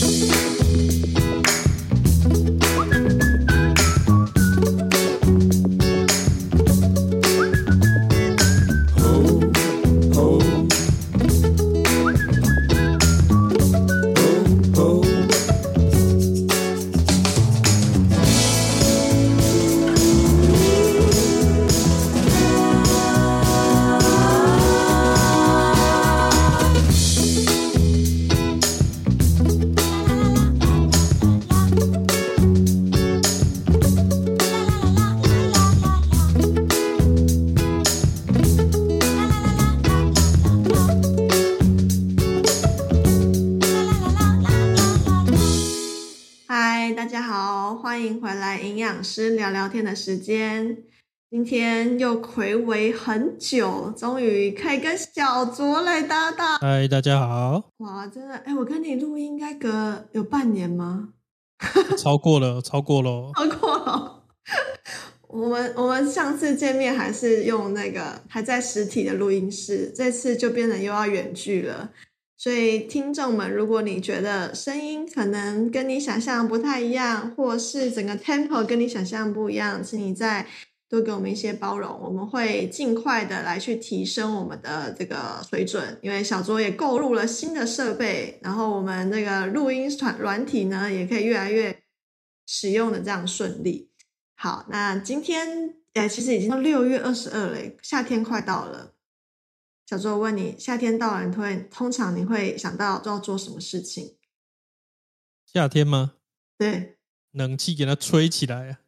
嗨，大家好，欢迎回来营养师聊聊天的时间。今天又睽违很久，终于可以跟小卓来搭档。 嗨，大家好。 哇，真的，我跟你录音应该隔有半年吗？ 超过了。 超过了。我们上次见面还是用那个还在实体的录音室，这次就变成又要远距了。所以听众们，如果你觉得声音可能跟你想象不太一样，或是整个 tempo 跟你想象不一样，请你再多给我们一些包容，我们会尽快的来去提升我们的这个水准。因为小卓也购入了新的设备，然后我们这个录音软体呢也可以越来越使用的这样顺利。好，那今天其实已经到6月22了，夏天快到了。小周，我问你，夏天到了，通常你会想到要做什么事情？ 夏天吗？ 对， 冷气给它吹起来啊。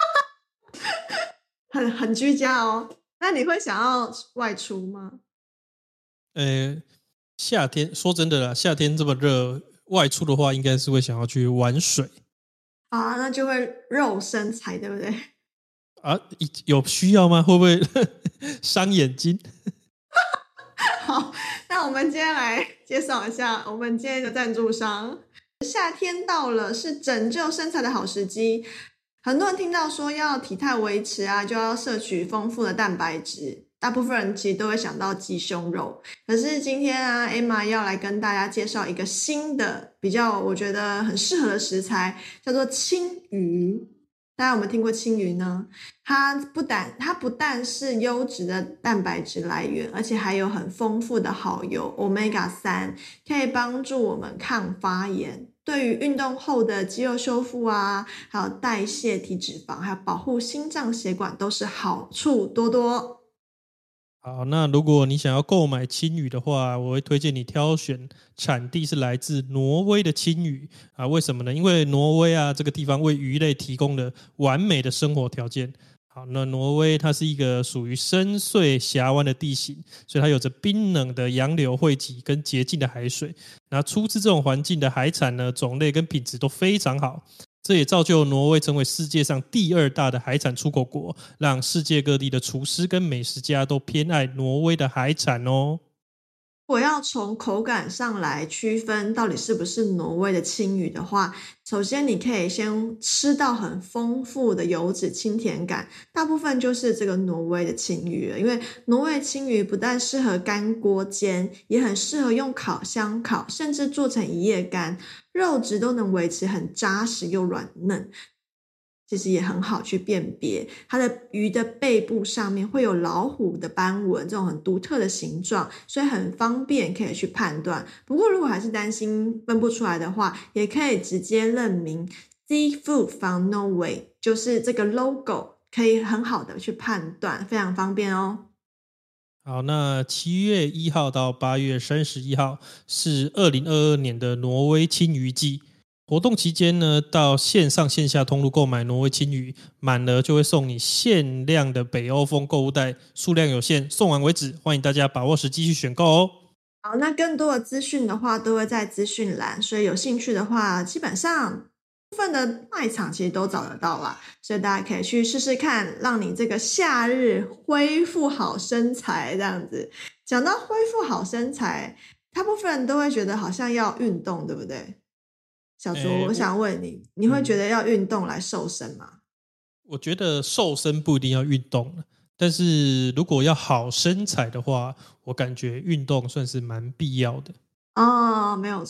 很居家哦。那你会想要外出吗？ 夏天说真的啦，夏天这么热，外出的话应该是会想要去玩水啊，那就会肉身材，对不对？ 啊。有需要吗？会不会伤眼睛？ 好，那我们今天来介绍一下我们今天的赞助商。夏天到了，是拯救身材的好时机。很多人听到说要体态维持啊，就要摄取丰富的蛋白质，大部分人其实都会想到鸡胸肉。可是今天啊 Emma 要来跟大家介绍一个新的比较我觉得很适合的食材，叫做青鱼。大家有没有听过青鱼呢？它不但是优质的蛋白质来源，而且还有很丰富的好油 Omega-3， 可以帮助我们抗发炎，对于运动后的肌肉修复啊，还有代谢体脂肪，还有保护心脏血管都是好处多多。 好，那如果你想要购买青鱼的话，我会推荐你挑选产地是来自挪威的青鱼啊。为什么呢？因为挪威啊这个地方为鱼类提供了完美的生活条件。好，那挪威它是一个属于深邃峡湾的地形，所以它有着冰冷的洋流汇集跟洁净的海水。那出自这种环境的海产呢，种类跟品质都非常好。这也造就挪威成为世界上第2大的海产出口国，让世界各地的厨师跟美食家都偏爱挪威的海产哦。 如果要从口感上来区分到底是不是挪威的青鱼的话，首先你可以先吃到很丰富的油脂清甜感，大部分就是这个挪威的青鱼了。因为挪威青鱼不但适合干锅煎，也很适合用烤箱烤，甚至做成一夜干，肉质都能维持很扎实又软嫩。其实也很好去辨别，它的鱼的背部上面会有老虎的斑纹，这种很独特的形状，所以很方便可以去判断。不过如果还是担心分不出来的话，也可以直接认明 Seafood from Norway， 就是这个 logo 可以很好的去判断，非常方便哦。 好，那7月1号到8月31号是2022年的挪威青鱼季。活动期间呢，到线上线下通路购买挪威青鱼，满额就会送你限量的北欧风购物袋，数量有限，送完为止。欢迎大家把握时机去选购哦。 好，那更多的资讯的话都会在资讯栏，所以有兴趣的话，基本上部分的卖场其实都找得到啦，所以大家可以去试试看，让你这个夏日恢复好身材这样子。讲到恢复好身材，大部分人都会觉得好像要运动，对不对？小卓，我想问你，你会觉得要运动来瘦身吗？ 我觉得瘦身不一定要运动，但是如果要好身材的话，我感觉运动算是蛮必要的。 哦，没有错。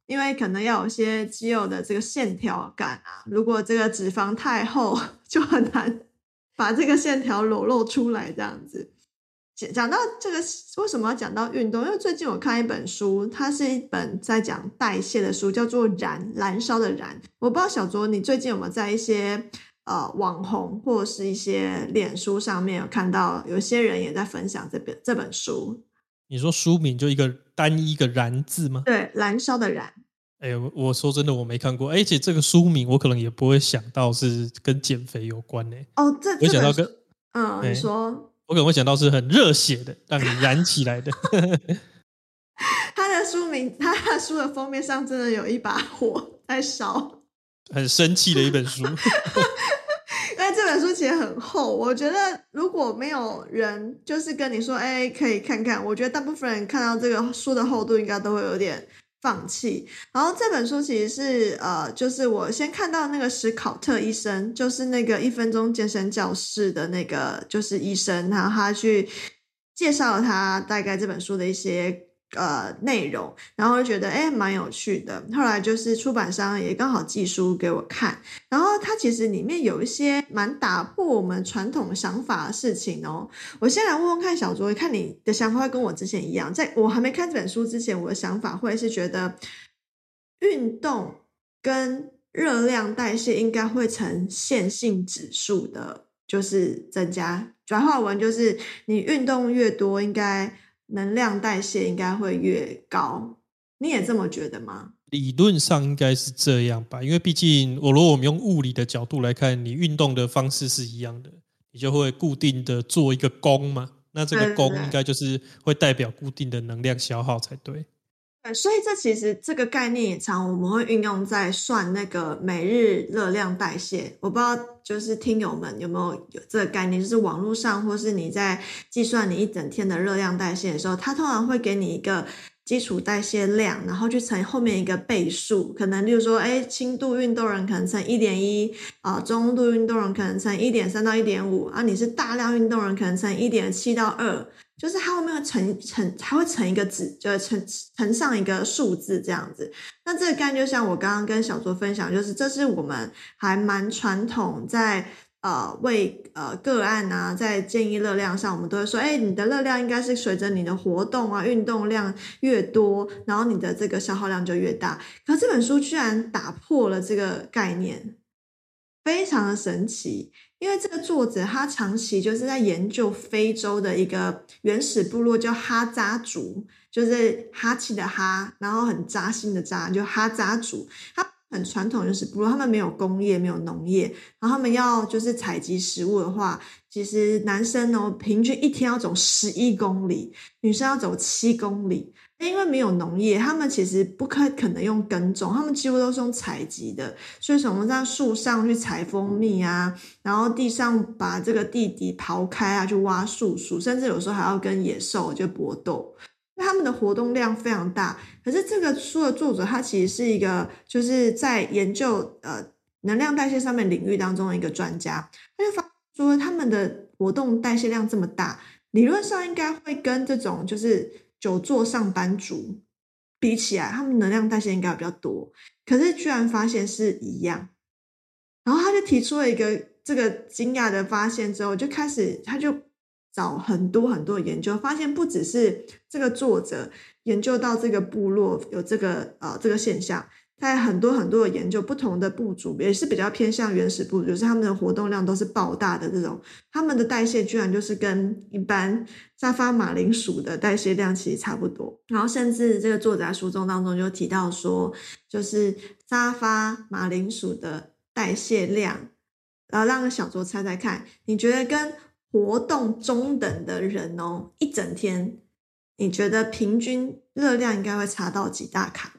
因为可能要有些肌肉的这个线条感啊，如果这个脂肪太厚，就很难把这个线条裸露出来这样子。讲到这个，为什么要讲到运动？因为最近我看一本书，它是一本在讲代谢的书，叫做燃烧的燃。我不知道小卓，你最近有没有在一些网红或者是一些脸书上面有看到有些人也在分享这本书？ 你说书名就单一个燃字吗？ 对，燃烧的燃。 我说真的我没看过，而且这个书名我可能也不会想到是跟减肥有关呢。 哦， 我想到跟你说。 我可能会想到是很热血的，让你燃起来的。 他的书的封面上真的有一把火在烧， 很生气的一本书。因为这本书其实很厚，我觉得如果没有人就是跟你说，可以看看，我觉得大部分人看到这个书的厚度应该都会有点放弃。然后这本书其实是就是我先看到那个史考特医生，就是那个1分钟健身教室的那个就是医生，然后他去介绍了他大概这本书的一些内容，然后就觉得蛮有趣的。后来就是出版商也刚好寄书给我看，然后它其实里面有一些蛮打破我们传统想法的事情哦。我先来问问看小卓，看你的想法会跟我之前一样，在我还没看这本书之前，我的想法会是觉得运动跟热量代谢应该会呈线性指数的，就是增加。白话文就是你运动越多，应该能量代谢应该会越高。你也这么觉得吗？ 理论上应该是这样吧，因为毕竟如果我们用物理的角度来看，你运动的方式是一样的，你就会固定的做一个功嘛，那这个功应该就是会代表固定的能量消耗才对。 对，所以其实这个概念也常我们会运用在算那个每日热量代谢。我不知道就是听友们有没有这个概念，就是网络上或是你在计算你一整天的热量代谢的时候，它通常会给你一个基础代谢量，然后去乘后面一个倍数，可能例如说轻度运动人可能乘 1.1 中度运动人可能乘 1.3 到 1.5 啊，你是大量运动人可能乘 1.7 到2，就是它后面还会乘一个值，就是乘上一个数字这样子。那这个概念就像我刚刚跟小卓分享，就是这是我们还蛮传统在为个案啊，在建议热量上，我们都会说，你的热量应该是随着你的活动啊，运动量越多，然后你的这个消耗量就越大。可这本书居然打破了这个概念，非常的神奇。因为这个作者他长期就是在研究非洲的一个原始部落叫哈扎族，就是哈气的哈，然后很扎心的扎，就哈扎族。他很传统原始部落，他们没有工业，没有农业，然后他们要就是采集食物的话，其实男生平均一天要走11公里，女生要走7公里。因为没有农业，他们其实不可能用耕种，他们几乎都是用采集的，所以我们在树上去采蜂蜜啊，然后地上把这个地底刨开啊，去挖树树，甚至有时候还要跟野兽就搏斗。他们的活动量非常大，可是这个书的作者他其实是一个就是在研究能量代谢上面领域当中的一个专家，他就发现说他们的活动代谢量这么大，理论上应该会跟这种就是久坐上班族比起来，他们能量代谢应该比较多，可是居然发现是一样。然后他就提出了一个这个惊讶的发现之后，他就找很多很多的研究，发现不只是这个作者研究到这个部落有这个现象，在很多很多的研究，不同的部族也是比较偏向原始部族，就是他们的活动量都是爆大的这种，他们的代谢居然就是跟一般沙发马铃薯的代谢量其实差不多。然后甚至这个作者在书中当中就提到说，就是沙发马铃薯的代谢量，然后让小卓猜猜看，你觉得跟活动中等的人一整天，你觉得平均热量应该会差到几大卡？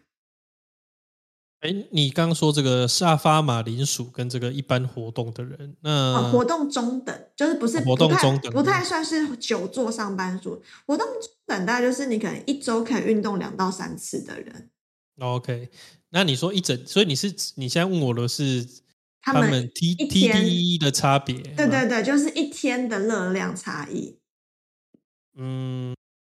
你刚刚说这个沙发马铃薯跟这个一般活动的人，那活动中等就是不是活动中等不太算是久坐上班族，活动中等大概就是你可能一周可以运动2到3次的人。 OK， 那你说所以你现在问我的是他们一天 TDE 的差别？ 对对对，就是一天的热量差异。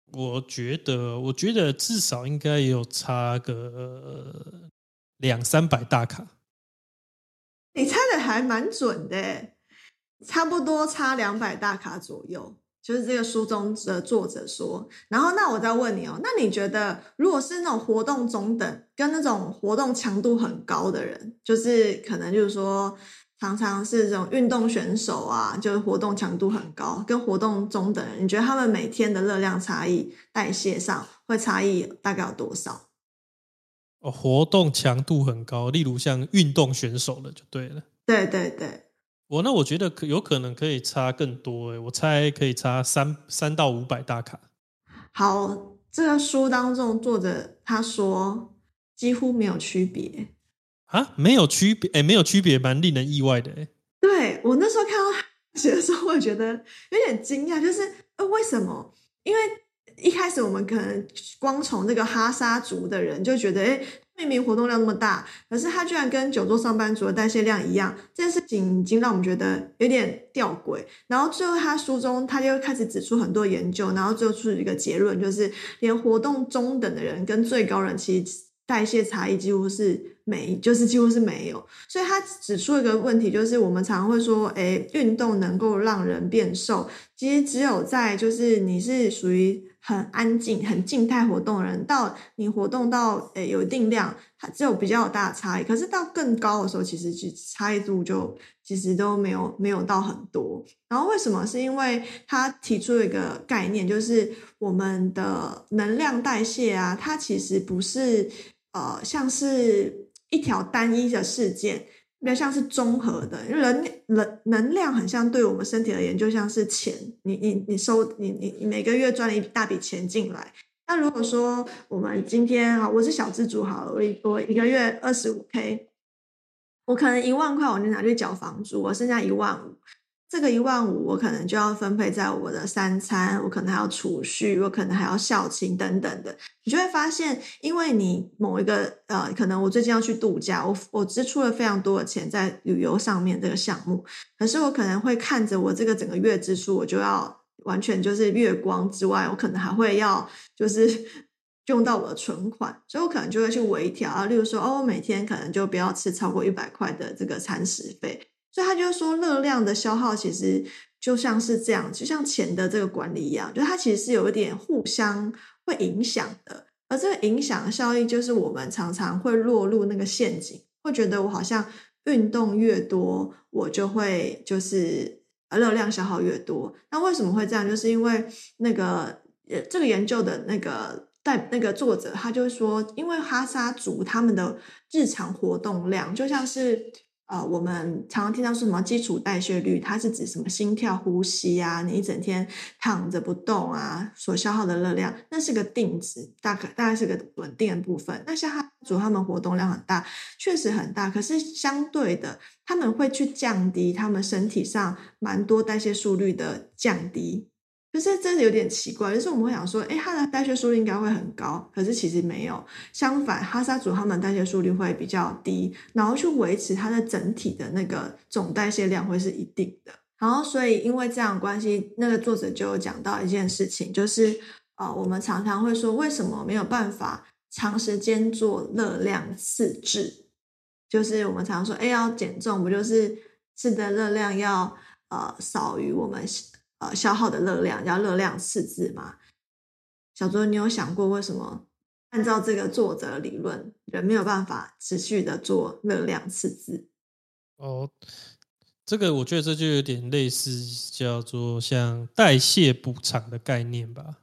我觉得至少应该有差个200-300大卡。 你猜的还蛮准的耶，差不多差200大卡左右，就是这个书中的作者说。然后那我再问你哦，那你觉得如果是那种活动中等跟那种活动强度很高的人，就是可能就是说常常是这种运动选手啊，就是活动强度很高，跟活动中等人，你觉得他们每天的热量差异、代谢上会差异大概有多少？ 活动强度很高，例如像运动选手的就对了。 对对对。 那我觉得有可能可以差更多我猜可以差300到500大卡。 好，这个书当中作者他说几乎没有区别。 啊，没有区别，没有区别，蛮令人意外的对，我那时候看到他写的时候，我也觉得有点惊讶，就是为什么？因为一开始我们可能光从这个哈萨族的人就觉得，明明活动量那么大，可是他居然跟久坐上班族的代谢量一样，这件事情已经让我们觉得有点吊诡。然后最后他书中他就开始指出很多研究，然后最后出一个结论，就是连活动中等的人跟最高人其实代谢差异几乎是几乎是没有。所以他指出一个问题，就是我们常常会说，运动能够让人变瘦，其实只有在就是你是属于很安静、很静态活动的人，到你活动到有一定量，它只有比较大的差异。可是到更高的时候，其实差异度就其实都没有到很多。然后为什么？是因为他提出了一个概念，就是我们的能量代谢啊，它其实不是像是一条单一的事件，比较像是综合的。能量很像对我们身体而言，就像是钱，你每个月赚了一大笔钱进来。那如果说我们今天我是小资族好了，我一个月25K，我可能10000块我就拿去缴房租，我剩下15000，这个15000我可能就要分配在我的3餐，我可能还要储蓄，我可能还要孝亲等等的。你就会发现，因为你某一个可能我最近要去度假，我支出了非常多的钱在旅游上面这个项目，可是我可能会看着我这个整个月支出，我就要完全就是月光之外，我可能还会要就是用到我的存款，所以我可能就会去微调，例如说我每天可能就不要吃超过100块的这个餐食费。所以他就说热量的消耗其实就像是这样，就像钱的这个管理一样，就它其实是有一点互相会影响的。而这个影响效应就是我们常常会落入那个陷阱，会觉得我好像运动越多，我就会就是热量消耗越多。那为什么会这样？就是因为那个这个研究的那个作者他就说，因为哈萨族他们的日常活动量就像是我们常常听到说什么基础代谢率，它是指什么心跳、呼吸啊，你一整天躺着不动啊，所消耗的热量，那是个定值，大概是个稳定的部分。那像哈萨族他们活动量很大，确实很大，可是相对的，他们会去降低他们身体上蛮多代谢速率的降低。可是真的有点奇怪，就是我们会想说，它的代谢速率应该会很高，可是其实没有。相反，哈萨族他们代谢速率会比较低，然后去维持它的整体的那个总代谢量会是一定的。然后，所以因为这样的关系，那个作者就有讲到一件事情，就是我们常常会说，为什么没有办法长时间做热量赤字？就是我们常说，要减重，不就是吃的热量要少于我们消耗的热量，叫热量赤字嘛。小卓，你有想过为什么按照这个作者的理论，人没有办法持续的做热量赤字？ 这个我觉得这就有点类似叫做像代谢补偿的概念吧。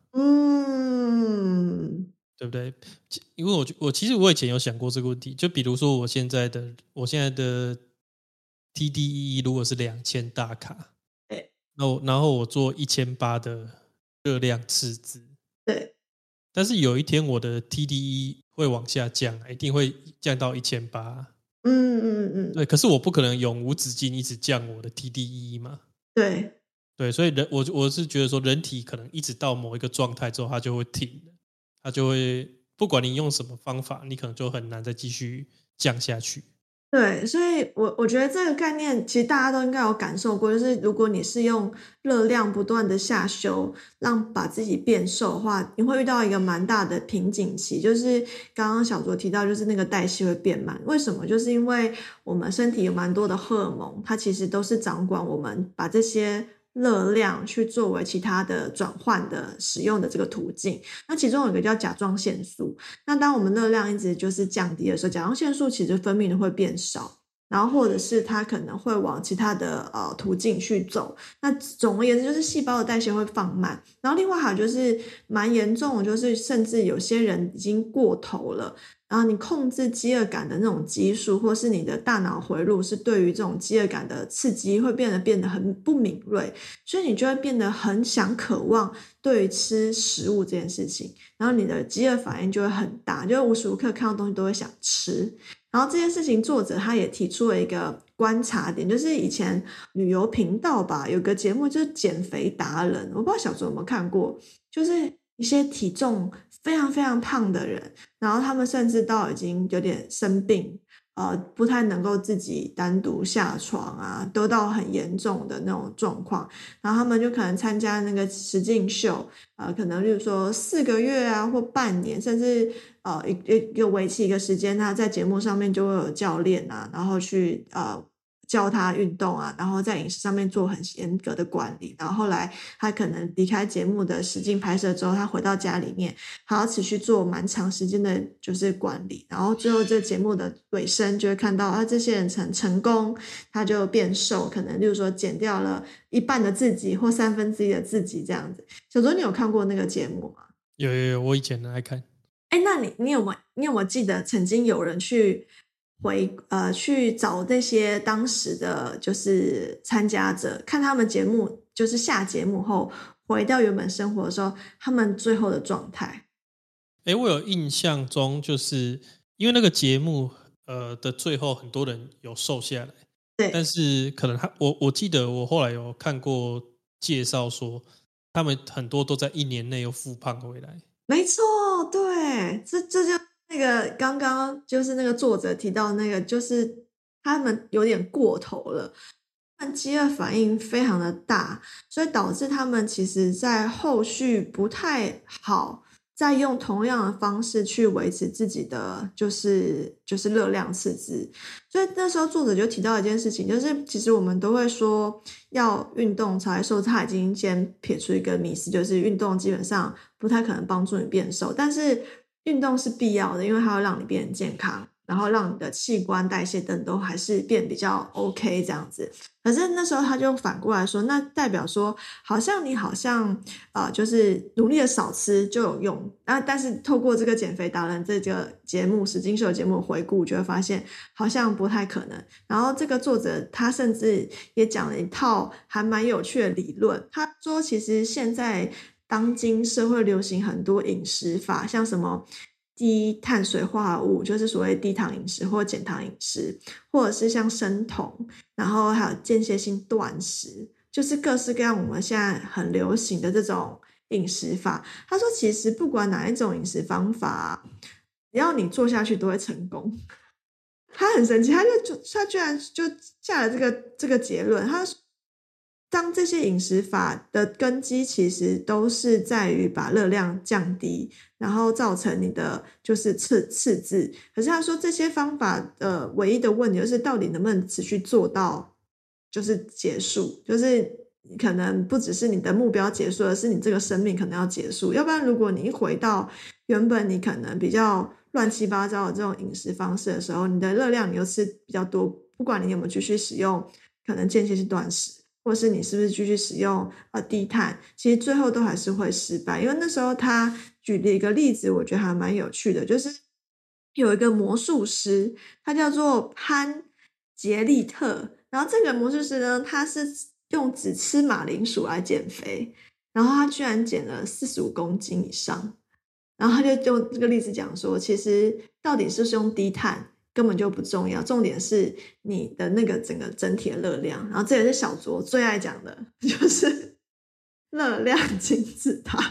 对不对？因为我其实我以前有想过这个问题，就比如说我现在的 TDEE 如果是2000大卡， 对， 然后我做1800的热量赤字， 对， 但是有一天我的 TDEE 会往下降，一定会降到1800。对，可是我不可能永无止境一直降我的 TDEE 嘛。 对， 对，所以我是觉得说，人体可能一直到某一个状态之后，它就会停了，它就会不管你用什么方法，你可能就很难再继续降下去。 对，所以我觉得这个概念其实大家都应该有感受过，就是如果你是用热量不断的下修，让把自己变瘦的话，你会遇到一个蛮大的瓶颈期，就是刚刚小卓提到，就是那个代谢会变慢。为什么？就是因为我们身体有蛮多的荷尔蒙，它其实都是掌管我们把这些热量去作为其他的转换的使用的这个途径。那其中有一个叫甲状腺素，那当我们热量一直就是降低的时候，甲状腺素其实分泌的会变少，然后或者是它可能会往其他的途径去走。那总而言之，就是细胞的代谢会放慢。然后另外还有就是蛮严重的，就是甚至有些人已经过头了。然后你控制饥饿感的那种激素，或是你的大脑回路是对于这种饥饿感的刺激会变得很不敏锐，所以你就会变得很想渴望对于吃食物这件事情，然后你的饥饿反应就会很大，就无时无刻看到东西都会想吃。然后这件事情作者他也提出了一个观察点，就是以前旅游频道吧有个节目就是减肥达人，我不知道小周有没有看过，就是一些体重非常非常胖的人，然后他们甚至到已经有点生病，不太能够自己单独下床啊，都到很严重的那种状况，然后他们就可能参加那个实境秀，可能例如说4个月啊或半年，甚至一个为期一个时间，他在节目上面就会有教练啊，然后去教他运动啊，然后在饮食上面做很严格的管理，然后后来他可能离开节目的实境拍摄之后，他回到家里面还要持续做蛮长时间的就是管理，然后最后这节目的尾声就会看到这些人成功，他就变瘦，可能例如说减掉了一半的自己或1/3的自己这样子。小周，你有看过那个节目吗？ 有，我以前很爱看。 哎，那你有没有记得曾经有人去找那些当时的就是参加者，看他们节目就是下节目后回到原本生活的时候，他们最后的状态？ 我有印象中，就是因为那个节目的最后，很多人有瘦下来，但对， 是可能我记得我后来有看过介绍说，他们很多都在1年内又复胖回来。 没错，对，这就那个刚刚就是那个作者提到那个，就是他们有点过头了，他们饥饿反应非常的大，所以导致他们其实在后续不太好再用同样的方式去维持自己的就是热量赤字。所以那时候作者就提到一件事情，就是其实我们都会说要运动才瘦，他已经先撇出一个迷思，就是运动基本上不太可能帮助你变瘦，但是运动是必要的，因为它会让你变得健康，然后让你的器官代谢等都还是变比较 OK 这样子。可是那时候他就反过来说，那代表说你好像就是努力的少吃就有用，但是透过这个减肥达人这个节目实境秀节目回顾，就会发现好像不太可能。然后这个作者他甚至也讲了一套还蛮有趣的理论，他说其实现在当今社会流行很多饮食法，像什么低碳水化合物，就是所谓低糖饮食或减糖饮食，或者是像生酮，然后还有间歇性断食，就是各式各样我们现在很流行的这种饮食法。他说，其实不管哪一种饮食方法，只要你做下去都会成功。他很神奇，他居然就下了这个结论。他说，当这些饮食法的根基其实都是在于把热量降低，然后造成你的就是赤字。可是他说这些方法的唯一的问题就是到底能不能持续做到就是结束，就是可能不只是你的目标结束，而是你这个生命可能要结束。要不然如果你一回到原本你可能比较乱七八糟的这种饮食方式的时候，你的热量你又吃比较多，不管你有没有继续使用可能间歇性断食，或是你是不是继续使用低碳，其实最后都还是会失败。因为那时候他举了一个例子，我觉得还蛮有趣的，就是有一个魔术师，他叫做潘杰利特，然后这个魔术师呢，他是用只吃马铃薯来减肥，然后他居然减了45公斤以上。然后他就用这个例子讲说，其实到底是不是用低碳根本就不重要，重点是你的那个整体的热量。然后这也是小卓最爱讲的，就是热量金字塔。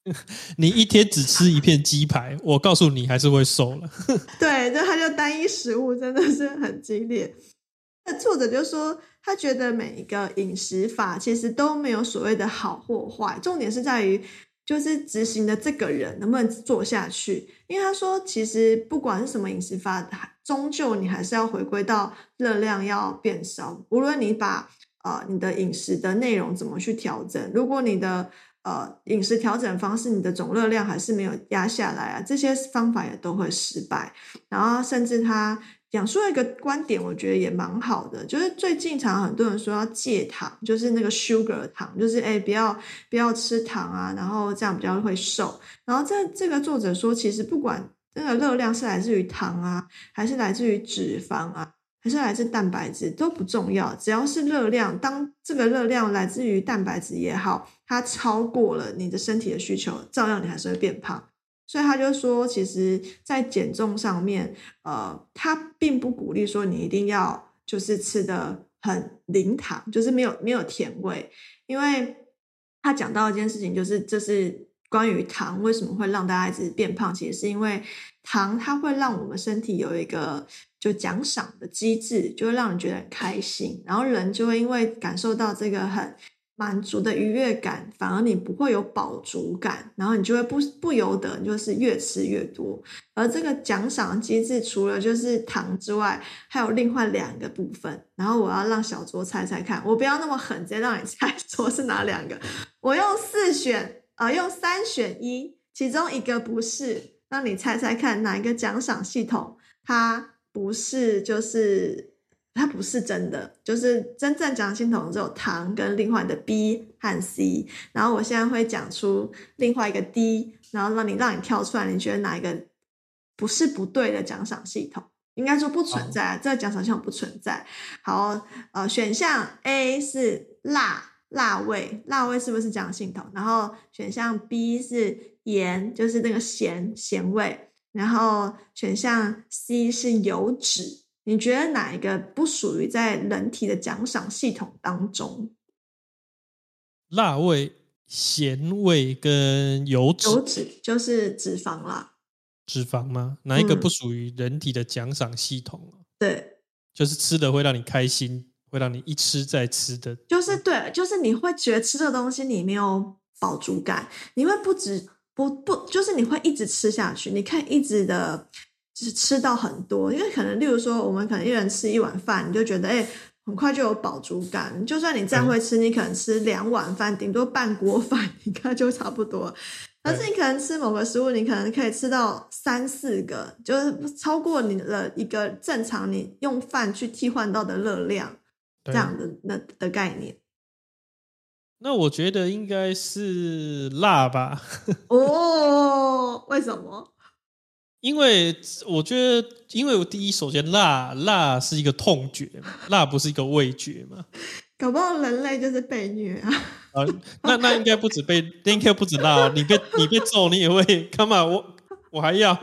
你一天只吃一片鸡排，我告诉你还是会瘦了。 对，就他就单一食物真的是很激烈。那作者就说，他觉得每一个饮食法其实都没有所谓的好或坏，重点是在于就是执行的这个人能不能做下去。因为他说，其实不管是什么饮食法，终究你还是要回归到热量要变少。无论你把你的饮食的内容怎么去调整，如果你的饮食调整方式，你的总热量还是没有压下来啊，这些方法也都会失败。然后甚至他讲述了一个观点，我觉得也蛮好的，就是最近常很多人说要戒糖，就是那个 sugar 糖，就是不要吃糖啊，然后这样比较会瘦。然后这个作者说，其实不管这个热量是来自于糖啊，还是来自于脂肪啊，还是来自蛋白质都不重要，只要是热量，当这个热量来自于蛋白质也好，它超过了你的身体的需求，照样你还是会变胖。所以他就说，其实在减重上面，他并不鼓励说你一定要就是吃的很零糖，就是没有甜味，因为他讲到一件事情，就是这是关于糖为什么会让大家一直变胖，其实是因为糖它会让我们身体有一个就奖赏的机制，就会让人觉得很开心，然后人就会因为感受到这个很满足的愉悦感，反而你不会有饱足感，然后你就会不由得就是越吃越多。而这个奖赏机制除了就是糖之外，还有另外2个部分。然后我要让小桌猜猜看，我不要那么狠，直接让你猜说是哪2个。我用用3选1，其中1个不是，让你猜猜看哪一个奖赏系统它不是真的，就是真正奖赏系统只有糖跟另外的 B 和 C， 然后我现在会讲出另外一个 D， 然后让你跳出来，你觉得哪一个不是不对的奖赏系统？应该说不存在，这个奖赏系统不存在。好，选项 A 是辣味是不是奖赏系统？然后选项 B 是盐，就是那个咸味，然后选项 C 是油脂。你觉得哪一个不属于在人体的奖赏系统当中？ 辣味、咸味跟油脂。 油脂就是脂肪啦。 脂肪吗？哪一个不属于人体的奖赏系统？ 对， 就是吃的会让你开心，会让你一吃再吃的。 就是对，就是你会觉得吃这个东西你没有饱足感，你会就是你会一直吃下去，你可以一直的就是吃到很多，因为可能例如说我们可能一人吃1碗饭，你就觉得很快就有饱足感，就算你再会吃，你可能吃2碗饭，顶多半锅饭，你看就差不多。而是你可能吃某个食物，你可能可以吃到3、4个，就是超过你的一个正常你用饭去替换到的热量，这样的概念。 那我觉得应该是辣吧。 哦，为什么？ 因为我觉得，因为我首先辣是一个痛觉嘛，辣不是一个味觉嘛。 搞不好人类就是被虐啊！ 那应该不止应该不止辣哦。你被揍，你也会干嘛？我还要。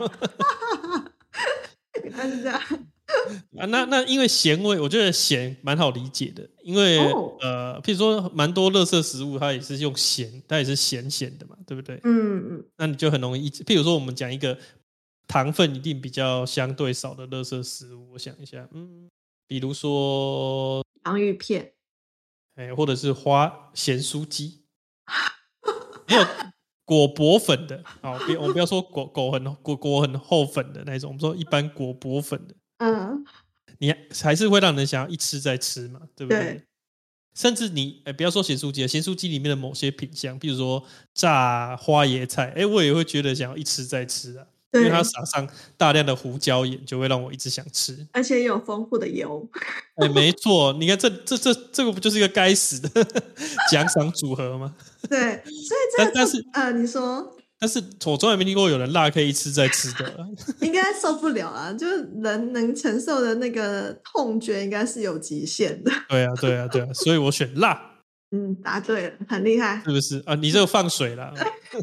原来是这样啊，那因为咸味，我觉得咸蛮好理解的，因为譬如说蛮多垃圾食物，它也是用咸，它也是咸的嘛，对不对？那你就很容易譬如说我们讲一个糖分一定比较相对少的垃圾食物，我想一下，比如说洋芋片， 或者是咸酥鸡，没有果薄粉的，好，我们不要说果很厚粉的那种，我们说一般果薄粉的，你还是会让人想要一吃再吃嘛，对不对？对，甚至你不要说咸酥鸡了，咸酥鸡里面的某些品相，比如说炸花椰菜，我也会觉得想要一吃再吃啊。因为它撒上大量的胡椒盐，就会让我一直想吃， 而且有丰富的油。 没错，你看这个不就是一个该死的奖赏组合吗？ 对，所以但是你说， 但是我从来没听过有人辣可以一吃再吃的， 应该受不了啊！就是人能承受的那个痛觉应该是有极限的。 对啊，所以我选辣。 答对了，很厉害， 是不是啊？你这个放水了。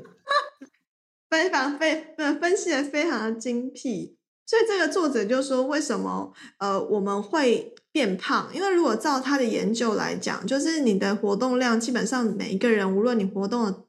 分析的非常的精辟，所以这个作者就说，为什么我们会变胖？因为如果照他的研究来讲，就是你的活动量，基本上每一个人，无论你活动的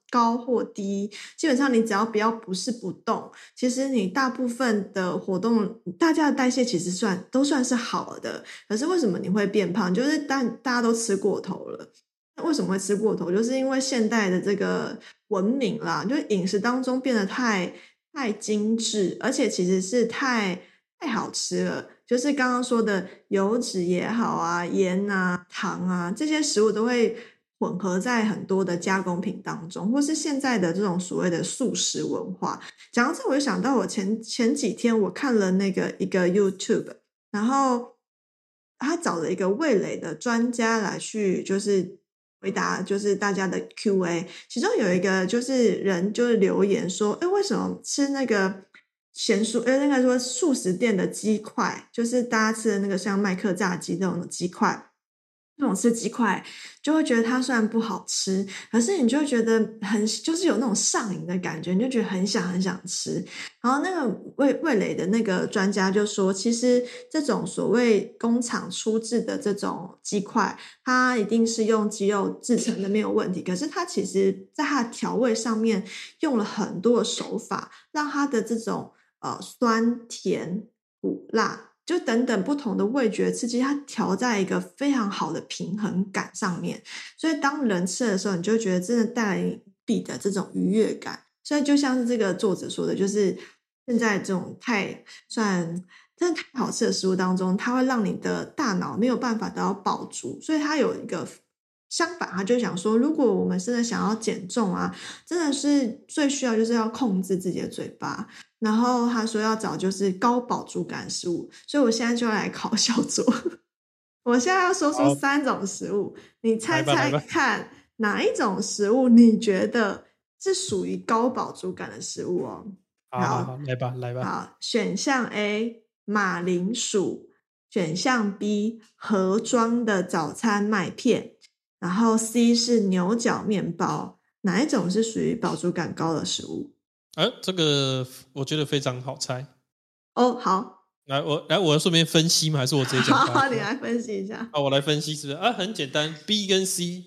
高或低，基本上你只要不是不动，其实你大部分的活动，大家的代谢其实都算是好的。可是为什么你会变胖？就是大家都吃过头了。为什么会吃过头？就是因为现代的这个文明啦，就饮食当中变得太精致，而且其实是太好吃了。就是刚刚说的油脂也好啊，盐啊、糖啊，这些食物都会混合在很多的加工品当中，或是现在的这种所谓的素食文化。讲到这，我就想到我前几天我看了一个 YouTube， 然后他找了一个味蕾的专家来去就是回答就是大家的 Q&A， 其中有一个就是人就是留言说，为什么吃那个那个说素食店的鸡块，就是大家吃的那个像麦克炸鸡那种鸡块，那种吃鸡块就会觉得它虽然不好吃，可是你就会觉得就是有那种上瘾的感觉，你就觉得很想吃。然后那个味蕾的那个专家就说，其实这种所谓工厂出制的这种鸡块，它一定是用鸡肉制成的没有问题，可是它其实在它的调味上面用了很多的手法，让它的这种酸甜苦辣就等等不同的味觉刺激，它调在一个非常好的平衡感上面，所以当人吃的时候，你就会觉得真的带来比的这种愉悦感。所以就像是这个作者说的，就是现在这种真的太好吃的食物当中，它会让你的大脑没有办法得到饱足，所以它有一个相反，他就想说，如果我们真的想要减重啊，真的是最需要就是要控制自己的嘴巴。然后他说要找就是高饱足感食物，所以我现在就来考小卓。我现在要说出3种食物，你猜猜看哪一种食物你觉得是属于高饱足感的食物哦？ 好，来吧。 好，选项 A 马铃薯，选项 B 盒装的早餐麦片，然后 C 是牛角面包，哪一种是属于饱足感高的食物？ 这个我觉得非常好猜。 好， 我要顺便分析吗？还是我直接讲？ 好，你来分析一下。 我来分析是不是？很简单 ，B 跟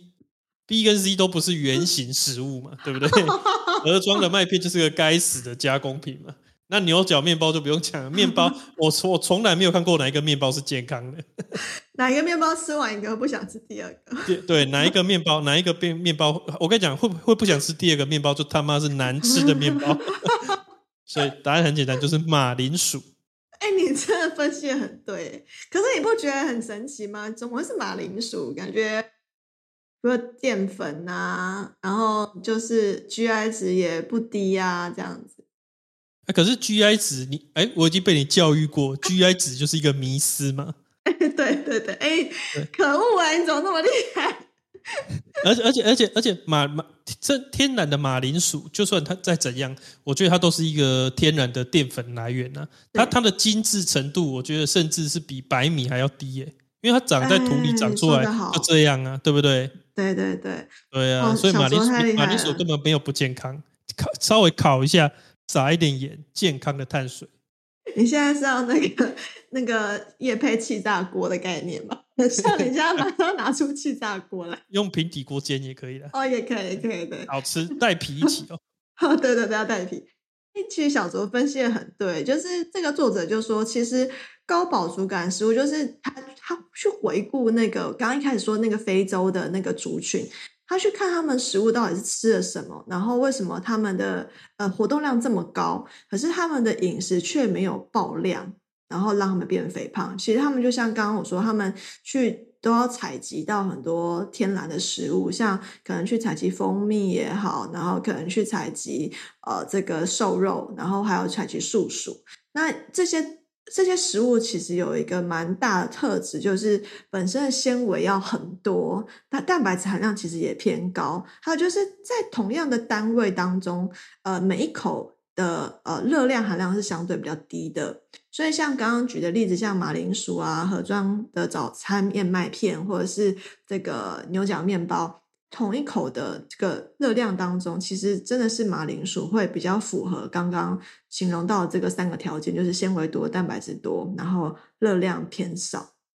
C 都不是原型食物嘛，对不对？盒装的麦片就是个该死的加工品嘛。那牛角面包就不用讲了，面包我从来没有看过哪一个面包是健康的。 哪一个面包吃完一个不想吃第二个？ 对，哪一个面包，我跟你讲，会不想吃第二个面包，就他妈是难吃的面包。所以答案很简单，就是马铃薯。 你真的分析得很对，可是你不觉得很神奇吗？怎么会是马铃薯？感觉除了淀粉啊，然后就是 GI 值也不低啊，这样子。 可是 GI 值我已经被你教育过，GI 值就是一个迷思嘛。 对，可恶啊！你怎么那么厉害？ 而且这天然的马铃薯，就算它再怎样，我觉得它都是一个天然的淀粉来源啊。它的精致程度，我觉得甚至是比白米还要低耶，因为它长在土里长出来就这样啊，对不对？ 对啊，所以马铃薯根本没有不健康，稍微烤一下，撒一点盐，健康的碳水。 你现在是要那个业配气炸锅的概念吗？像你现在马上拿出气炸锅来， 用平底锅煎也可以的。 也可以，对， 好吃，带皮一起对，要带皮。其实小卓分析的很对，就是这个作者就说，其实高饱足感食物就是他去回顾那个刚刚一开始说那个非洲的那个族群，他去看他们食物到底是吃了什么，然后为什么他们的活动量这么高，可是他们的饮食却没有爆量，然后让他们变肥胖。其实他们就像刚刚我说，他们都要采集到很多天然的食物，像可能去采集蜂蜜也好，然后可能去采集这个瘦肉，然后还有采集素薯。那这些食物其实有一个蛮大的特质，就是本身的纤维要很多，它蛋白质含量其实也偏高，还有就是在同样的单位当中，每一口的热量含量是相对比较低的。所以像刚刚举的例子，像马铃薯啊、盒装的早餐燕麦片，或者是这个牛角面包，同一口的这个热量当中，其实真的是马铃薯会比较符合刚刚形容到的这个3个条件，就是纤维多、蛋白质多，然后热量偏少。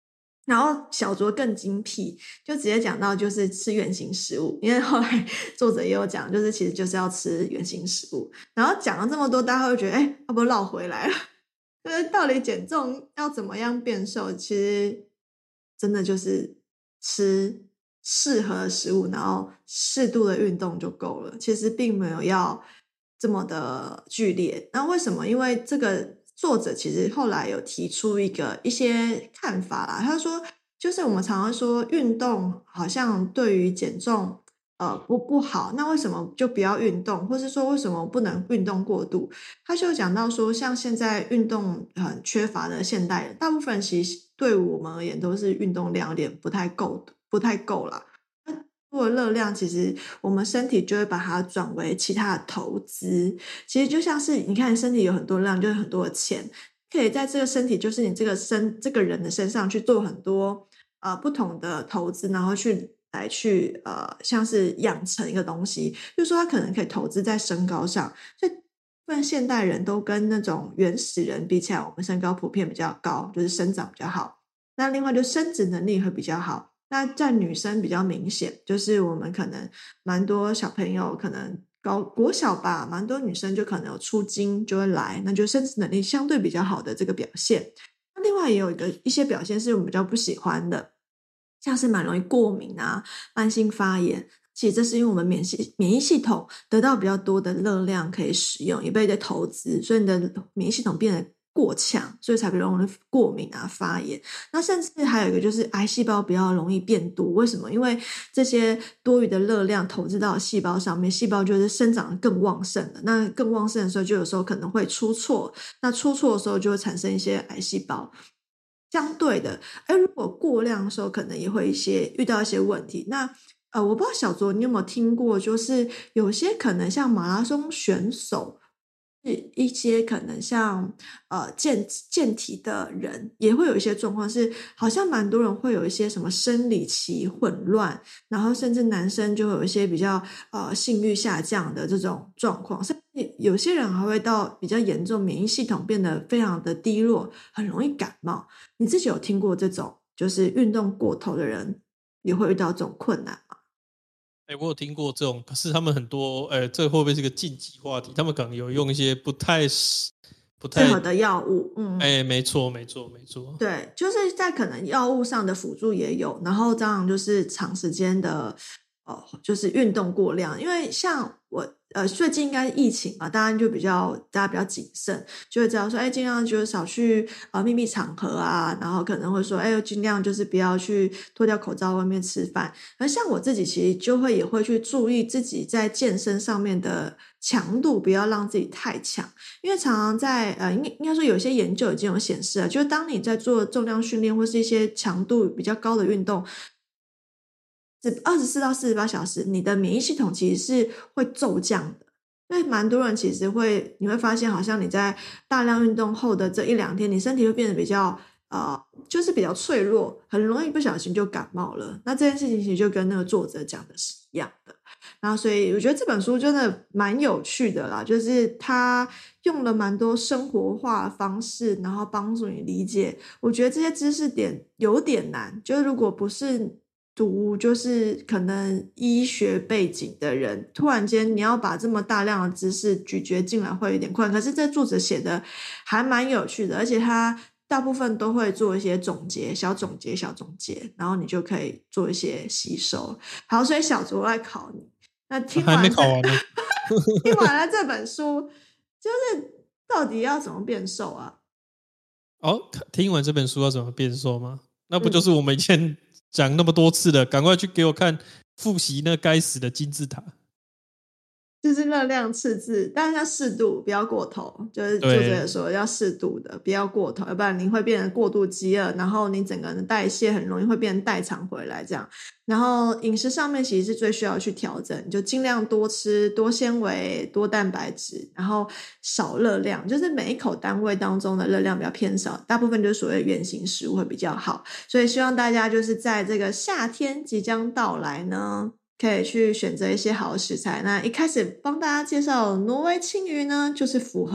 然后小酌更精辟，就直接讲到就是吃原型食物，因为后来作者也有讲，就是其实就是要吃原型食物。然后讲了这么多，大家会觉得，哎，要不绕回来了？就是到底减重要怎么样变瘦？其实真的就是吃适合的食物，然后适度的运动就够了。其实并没有要这么的剧烈。那为什么？因为这个作者其实后来有提出一些看法啦。他说，就是我们常常说运动好像对于减重不好，那为什么就不要运动？或是说为什么不能运动过度？他就讲到说，像现在运动很缺乏的现代人，大部分其实对我们而言都是运动量有点不太够啦。多的热量，其实我们身体就会把它转为其他的投资。其实就像是你看，身体有很多量，就是很多的钱，可以在这个身体，就是你这个人的身上去做很多不同的投资，然后来去像是养成一个东西。就是说，他可能可以投资在身高上，所以部分现代人都跟那种原始人比起来，我们身高普遍比较高，就是生长比较好。那另外就生殖能力会比较好。那在女生比较明显，就是我们可能蛮多小朋友可能国小吧，蛮多女生就可能有出经就会来，那就生殖能力相对比较好的这个表现。那另外也有一些表现是我们比较不喜欢的，像是蛮容易过敏啊、慢性发炎。其实这是因为我们免疫系统得到比较多的热量可以使用，也被在投资，所以你的免疫系统变得过强，所以才比较容易过敏啊、发炎。那甚至还有一个就是癌细胞比较容易变多，为什么？因为这些多余的热量投资到细胞上面，细胞就是生长得更旺盛的。那更旺盛的时候，就有时候可能会出错。那出错的时候，就会产生一些癌细胞。相对的，如果过量的时候，可能也会遇到一些问题。那我不知道小卓你有没有听过，就是有些可能像马拉松选手，一些可能像健体的人也会有一些状况是，好像蛮多人会有一些什么生理期混乱，然后甚至男生就会有一些比较性欲下降的这种状况，甚至有些人还会到比较严重，免疫系统变得非常的低落，很容易感冒。你自己有听过这种就是运动过头的人也会遇到这种困难吗？ 我有听过这种，可是他们很多，这会不会是个禁忌话题？他们可能有用一些不太适合的药物， 没错，没错，没错。 对，就是在可能药物上的辅助也有，然后这样就是长时间的就是运动过量，因为像我最近应该疫情嘛，大家比较谨慎，就会知道说，尽量就是少去秘密场合啊，然后可能会说，尽量就是不要去脱掉口罩外面吃饭。而像我自己其实也会去注意自己在健身上面的强度，不要让自己太强，因为常常在应该说有些研究已经有显示了，就是当你在做重量训练或是一些强度比较高的运动。24到48小时，你的免疫系统其实是会骤降的。因为蛮多人其实你会发现好像你在大量运动后的这1-2天，你身体会变得比较就是比较脆弱，很容易不小心就感冒了。那这件事情其实就跟那个作者讲的是一样的。然后所以我觉得这本书真的蛮有趣的啦，就是他用了蛮多生活化的方式，然后帮助你理解。我觉得这些知识点有点难，就是如果不是就是可能医学背景的人，突然间你要把这么大量的知识咀嚼进来会有点困难。可是这作者写的还蛮有趣的，而且他大部分都会做一些小总结，然后你就可以做一些吸收。好，所以小卓来考你。那还没考完呢。 听完了这本书，就是到底要怎么变瘦啊？ 听完这本书要怎么变瘦吗？那不就是我们以前讲那么多次的，赶快去给我看复习那该死的金字塔。 就是热量赤字，但是要适度，不要过头。就是作者说要适度的，不要过头，要不然你会变成过度饥饿，然后你整个人的代谢很容易会变成代偿回来这样。然后饮食上面其实是最需要去调整，就尽量多吃多纤维、多蛋白质，然后少热量，就是每一口单位当中的热量比较偏少，大部分就是所谓原型食物会比较好。所以希望大家就是在这个夏天即将到来呢，可以去选择一些好的食材。那一开始帮大家介绍挪威青鱼呢，就是符合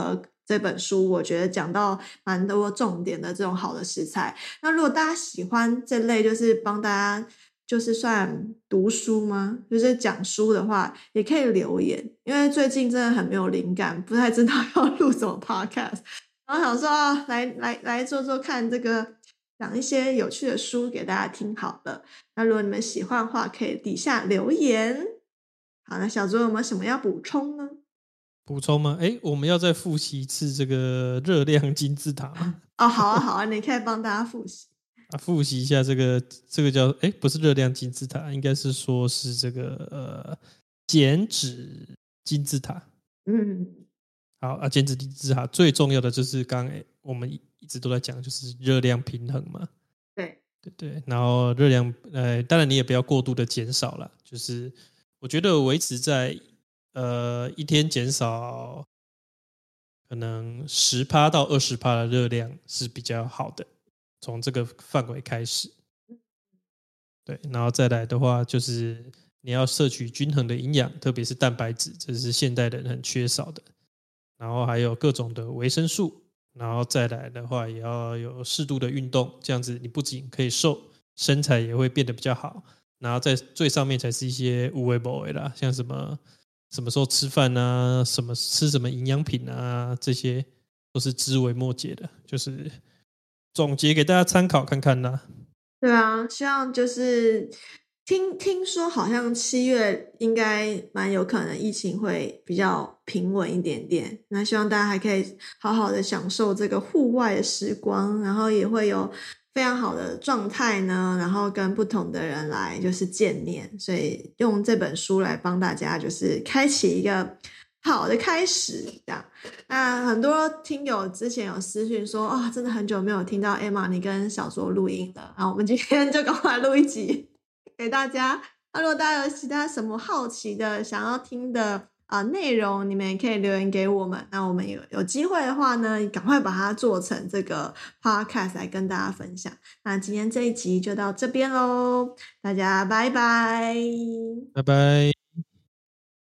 这本书我觉得讲到蛮多重点的这种好的食材。那如果大家喜欢这类就是帮大家就是算读书吗？就是讲书的话，也可以留言，因为最近真的很没有灵感，不太知道要录什么 podcast， 然后想说啊，来做做看这个讲一些有趣的书给大家听好了。那如果你们喜欢的话，可以底下留言。好，那小卓有没有什么要补充呢？ 补充吗？我们要再复习一次这个热量金字塔吗？ 哦，好啊，好啊，你可以帮大家复习。 复习一下这个叫不是热量金字塔，应该是说是这个减脂金字塔。好啊，减脂金字塔最重要的就是刚刚我们一直都在讲，就是热量平衡嘛。对，然后热量当然你也不要过度的减少啦，就是我觉得维持在一天减少可能10%到20%的热量是比较好的，从这个范围开始。对，然后再来的话就是你要摄取均衡的营养，特别是蛋白质，这是现代人很缺少的。然后还有各种的维生素，然后再来的话也要有适度的运动，这样子你不仅可以瘦，身材也会变得比较好。然后在最上面才是一些有的没的啦，像什么时候吃饭啊，吃什么营养品啊，这些都是枝微末节的，就是总结给大家参考看看啦。 对啊，希望就是听说好像7月应该蛮有可能疫情会比较平稳一点点，那希望大家还可以好好的享受这个户外的时光，然后也会有非常好的状态呢，然后跟不同的人来就是见面，所以用这本书来帮大家就是开启一个好的开始这样。那很多听友之前有私讯说真的很久没有听到 Emma 你跟小卓录音了，然后我们今天就赶快录一集给大家。那如果大家有其他什么好奇的想要听的内容，你们也可以留言给我们，那我们有机会的话呢，赶快把它做成这个 podcast 来跟大家分享。那今天这一集就到这边咯，大家拜拜。 拜拜。